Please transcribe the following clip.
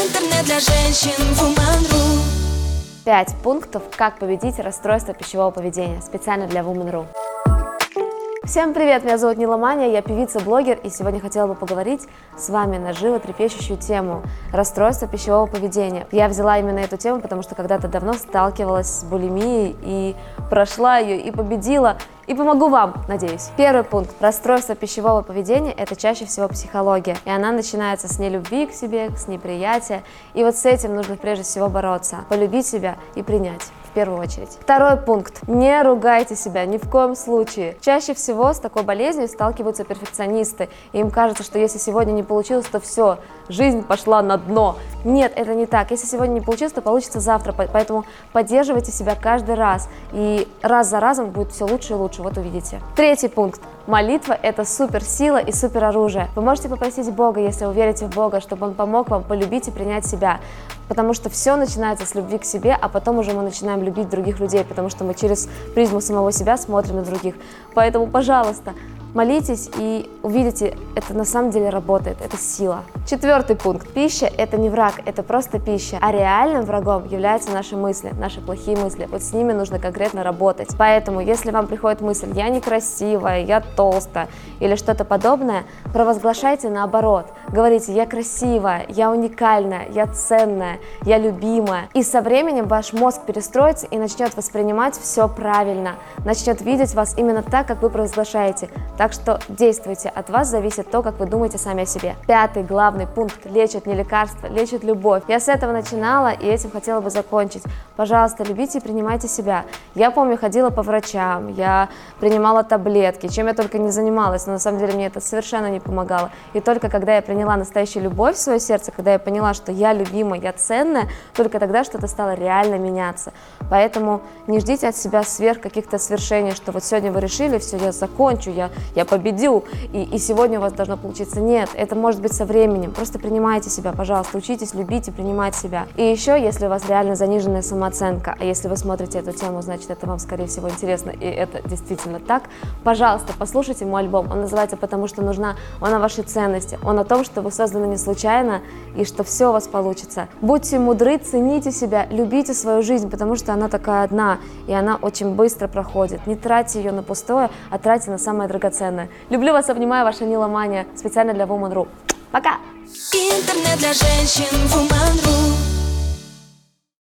Интернет для женщин Woman.ru. 5 пунктов, как победить расстройство пищевого поведения, специально для Woman.ru. Всем привет, меня зовут Нила Маня, я певица-блогер, и сегодня хотела бы поговорить с вами на животрепещущую тему расстройства пищевого поведения. Я взяла именно эту тему, потому что когда-то давно сталкивалась с булимией и прошла ее, и победила, и помогу вам, надеюсь. Первый пункт. Расстройство пищевого поведения – это чаще всего психология, и она начинается с нелюбви к себе, с неприятия, и вот с этим нужно прежде всего бороться, полюбить себя и принять. В первую очередь. Второй пункт. Не ругайте себя ни в коем случае. Чаще всего с такой болезнью сталкиваются перфекционисты. И им кажется, что если сегодня не получилось, то все, жизнь пошла на дно. Нет, это не так. Если сегодня не получилось, то получится завтра. Поэтому поддерживайте себя каждый раз. И раз за разом будет все лучше и лучше. Вот увидите. Третий пункт. Молитва – это суперсила и супероружие. Вы можете попросить Бога, если вы верите в Бога, чтобы Он помог вам полюбить и принять себя. Потому что все начинается с любви к себе, а потом уже мы начинаем любить других людей, потому что мы через призму самого себя смотрим на других. Поэтому, пожалуйста, молитесь и увидите, это на самом деле работает, это сила. Четвертый пункт. Пища – это не враг, это просто пища. А реальным врагом являются наши мысли, наши плохие мысли. Вот с ними нужно конкретно работать. Поэтому, если вам приходит мысль «я некрасивая», «я толстая» или что-то подобное, провозглашайте наоборот. Говорите «я красивая», «я уникальная», «я ценная», «я любимая». И со временем ваш мозг перестроится и начнет воспринимать все правильно, начнет видеть вас именно так, как вы провозглашаете. Так что действуйте, от вас зависит то, как вы думаете сами о себе. Пятый главный пункт. Лечит не лекарство, лечит любовь. Я с этого начинала и этим хотела бы закончить. Пожалуйста, любите и принимайте себя. Я помню, ходила по врачам, я принимала таблетки, чем я только не занималась, но на самом деле мне это совершенно не помогало. И только когда я приняла настоящую любовь в свое сердце, когда я поняла, что я любимая, я ценная, только тогда что-то стало реально меняться. Поэтому не ждите от себя сверх каких-то свершений, что вот сегодня вы решили, все, я закончу, я победил, и сегодня у вас должно получиться. Нет, это может быть со временем. Просто принимайте себя, пожалуйста, учитесь любить и принимать себя. И еще, если у вас реально заниженная самооценка, а если вы смотрите эту тему, значит, это вам, скорее всего, интересно, и это действительно так, пожалуйста, послушайте мой альбом. Он называется «Потому что нужна», он о вашей ценности, он о том, что вы созданы не случайно, и что все у вас получится. Будьте мудры, цените себя, любите свою жизнь, потому что она такая одна, и она очень быстро проходит. Не тратьте ее на пустое, а тратьте на самое драгоценное. Люблю вас, обнимаю, ваша Нила Маня, специально для Woman.ru. Пока! Интернет для женщин Woman.ru.